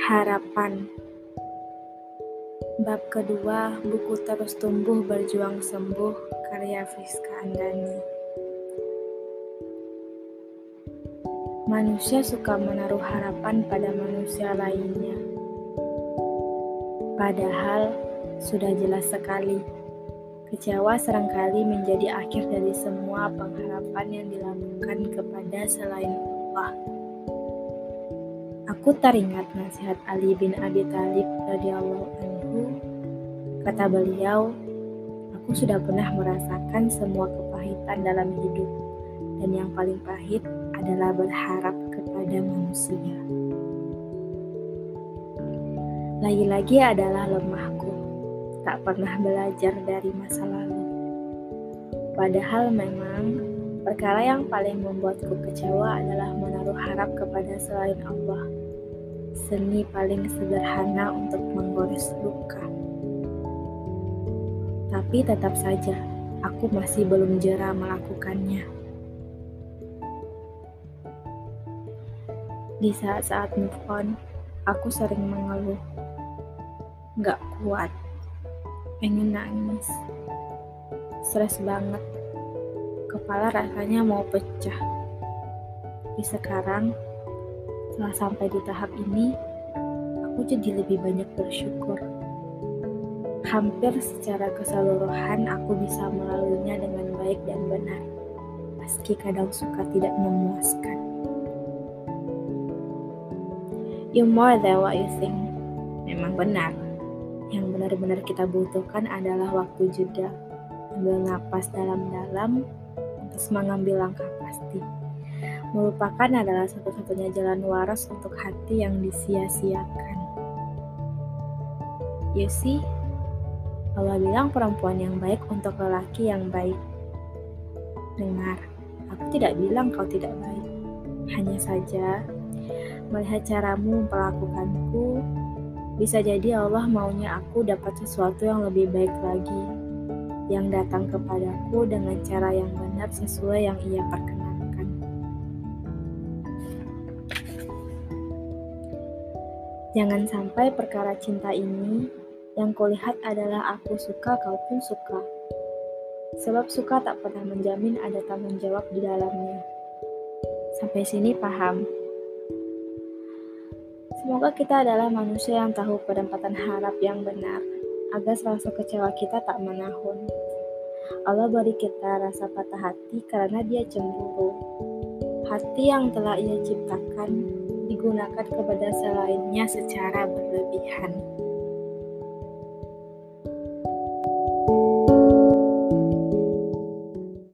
Harapan. Bab kedua, buku Terus Tumbuh Berjuang Sembuh, karya Friska Andani. Manusia suka menaruh harapan pada manusia lainnya. Padahal sudah jelas sekali, kecewa seringkali menjadi akhir dari semua pengharapan yang dilakukan kepada selain Allah. Aku teringat nasihat Ali bin Abi Thalib radhiyallahu anhu. Kata beliau, aku sudah pernah merasakan semua kepahitan dalam hidup, dan yang paling pahit adalah berharap kepada manusia. Lagi-lagi adalah lemahku, tak pernah belajar dari masa lalu. Padahal memang perkara yang paling membuatku kecewa adalah menaruh harap kepada selain Allah. Seni paling sederhana untuk menggores luka. Tapi tetap saja, aku masih belum jera melakukannya. Di saat-saat move on, aku sering mengeluh. Gak kuat, pengen nangis, stres banget, kepala rasanya mau pecah. Tapi sekarang, setelah sampai di tahap ini, aku jadi lebih banyak bersyukur. Hampir secara keseluruhan aku bisa melaluinya dengan baik dan benar, meski kadang suka tidak memuaskan. You more than what you think. Memang benar. Yang benar-benar kita butuhkan adalah waktu jeda, ambil napas dalam-dalam, terus mengambil langkah pasti. Melupakan adalah satu-satunya jalan waras untuk hati yang disia-siakan. You see, Allah bilang perempuan yang baik untuk lelaki yang baik. Dengar, aku tidak bilang kau tidak baik. Hanya saja, melihat caramu memperlakukanku, bisa jadi Allah maunya aku dapat sesuatu yang lebih baik lagi, yang datang kepadaku dengan cara yang benar sesuai yang Ia perkenankan. Jangan sampai perkara cinta ini yang kulihat adalah aku suka kau pun suka. Sebab suka tak pernah menjamin ada tanggung jawab di dalamnya. Sampai sini paham? Semoga kita adalah manusia yang tahu penempatan harap yang benar, agar rasa kecewa kita tak menahun. Allah beri kita rasa patah hati karena Dia cemburu. Hati yang telah Ia ciptakan digunakan kepada selainnya secara berlebihan.